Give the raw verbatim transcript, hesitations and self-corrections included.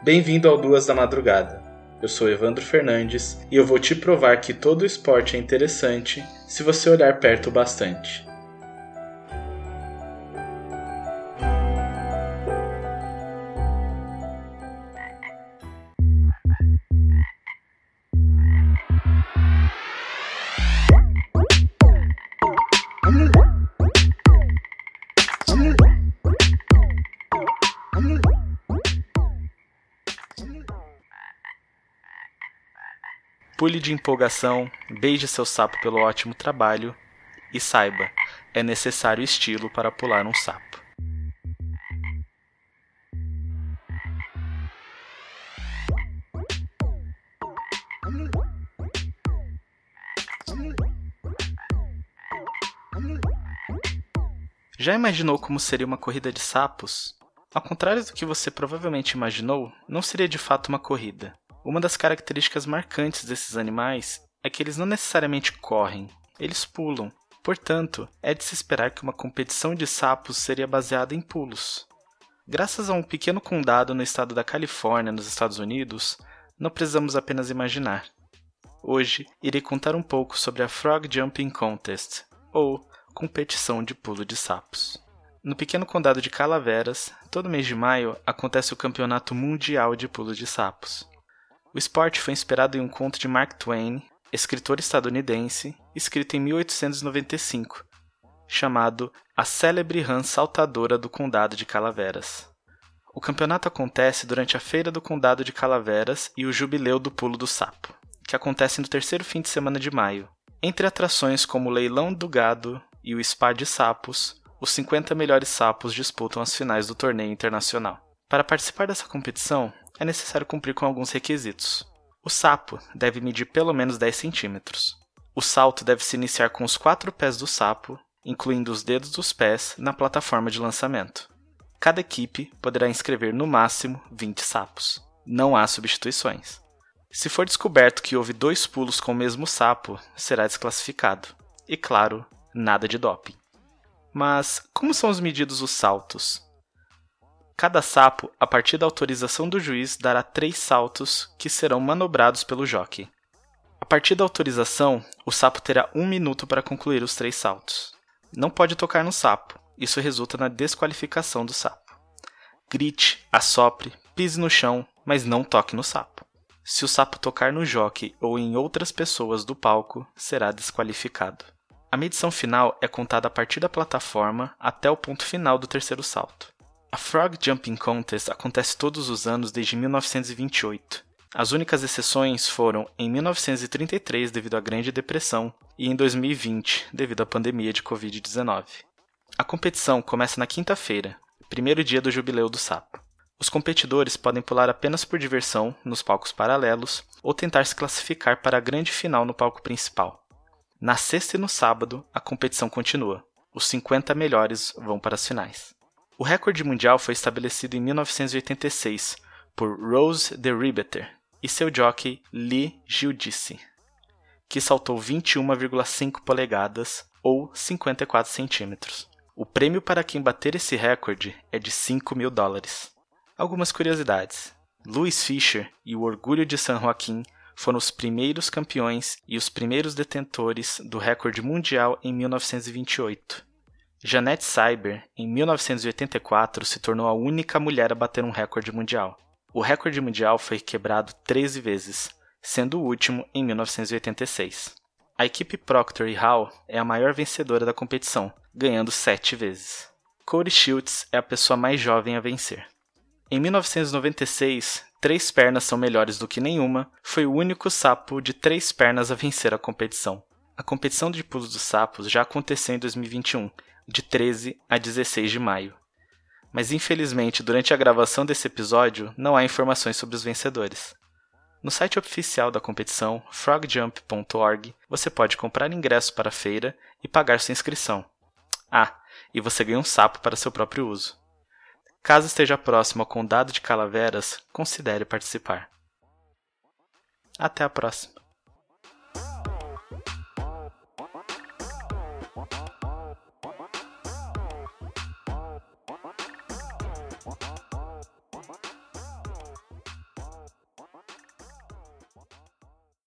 Bem-vindo ao Duas da Madrugada. Eu sou Evandro Fernandes e eu vou te provar que todo esporte é interessante se você olhar perto bastante. Pule de empolgação, beije seu sapo pelo ótimo trabalho e saiba, é necessário estilo para pular um sapo. Já imaginou como seria uma corrida de sapos? Ao contrário do que você provavelmente imaginou, não seria de fato uma corrida. Uma das características marcantes desses animais é que eles não necessariamente correm, eles pulam. Portanto, é de se esperar que uma competição de sapos seria baseada em pulos. Graças a um pequeno condado no estado da Califórnia, nos Estados Unidos, não precisamos apenas imaginar. Hoje, irei contar um pouco sobre a Frog Jumping Contest, ou competição de pulo de sapos. No pequeno condado de Calaveras, todo mês de maio, acontece o Campeonato Mundial de Pulo de Sapos. O esporte foi inspirado em um conto de Mark Twain, escritor estadunidense, escrito em mil oitocentos e noventa e cinco, chamado A Célebre Rã Saltadora do Condado de Calaveras. O campeonato acontece durante a Feira do Condado de Calaveras e o Jubileu do Pulo do Sapo, que acontece no terceiro fim de semana de maio. Entre atrações como o Leilão do Gado e o Spa de Sapos, os cinquenta melhores sapos disputam as finais do torneio internacional. Para participar dessa competição, é necessário cumprir com alguns requisitos. O sapo deve medir pelo menos dez centímetros. O salto deve se iniciar com os quatro pés do sapo, incluindo os dedos dos pés, na plataforma de lançamento. Cada equipe poderá inscrever no máximo vinte sapos. Não há substituições. Se for descoberto que houve dois pulos com o mesmo sapo, será desclassificado. E claro, nada de doping. Mas como são medidos os saltos? Cada sapo, a partir da autorização do juiz, dará três saltos que serão manobrados pelo jockey. A partir da autorização, o sapo terá um minuto para concluir os três saltos. Não pode tocar no sapo, isso resulta na desqualificação do sapo. Grite, assopre, pise no chão, mas não toque no sapo. Se o sapo tocar no jockey ou em outras pessoas do palco, será desqualificado. A medição final é contada a partir da plataforma até o ponto final do terceiro salto. A Frog Jumping Contest acontece todos os anos desde mil novecentos e vinte e oito. As únicas exceções foram em mil novecentos e trinta e três devido à Grande Depressão e em dois mil e vinte devido à pandemia de covid dezenove. A competição começa na quinta-feira, primeiro dia do Jubileu do Sapo. Os competidores podem pular apenas por diversão nos palcos paralelos ou tentar se classificar para a grande final no palco principal. Na sexta e no sábado, a competição continua. Os cinquenta melhores vão para as finais. O recorde mundial foi estabelecido em mil novecentos e oitenta e seis por Rose de Ribeter e seu jockey Lee Giudice, que saltou vinte e uma vírgula cinco polegadas ou cinquenta e quatro centímetros. O prêmio para quem bater esse recorde é de cinco mil dólares. Algumas curiosidades. Louis Fisher e o Orgulho de San Joaquim foram os primeiros campeões e os primeiros detentores do recorde mundial em mil novecentos e vinte e oito. Jeanette Cyber, em mil novecentos e oitenta e quatro, se tornou a única mulher a bater um recorde mundial. O recorde mundial foi quebrado treze vezes, sendo o último em mil novecentos e oitenta e seis. A equipe Procter e Hall é a maior vencedora da competição, ganhando sete vezes. Cody Schultz é a pessoa mais jovem a vencer. Em mil novecentos e noventa e seis, Três Pernas São Melhores do que Nenhuma foi o único sapo de três pernas a vencer a competição. A competição de pulos dos sapos já aconteceu em dois mil e vinte e um, de treze a dezesseis de maio. Mas infelizmente, durante a gravação desse episódio, não há informações sobre os vencedores. No site oficial da competição, frog jump ponto org, você pode comprar ingresso para a feira e pagar sua inscrição. Ah, e você ganha um sapo para seu próprio uso. Caso esteja próximo ao Condado de Calaveras, considere participar. Até a próxima!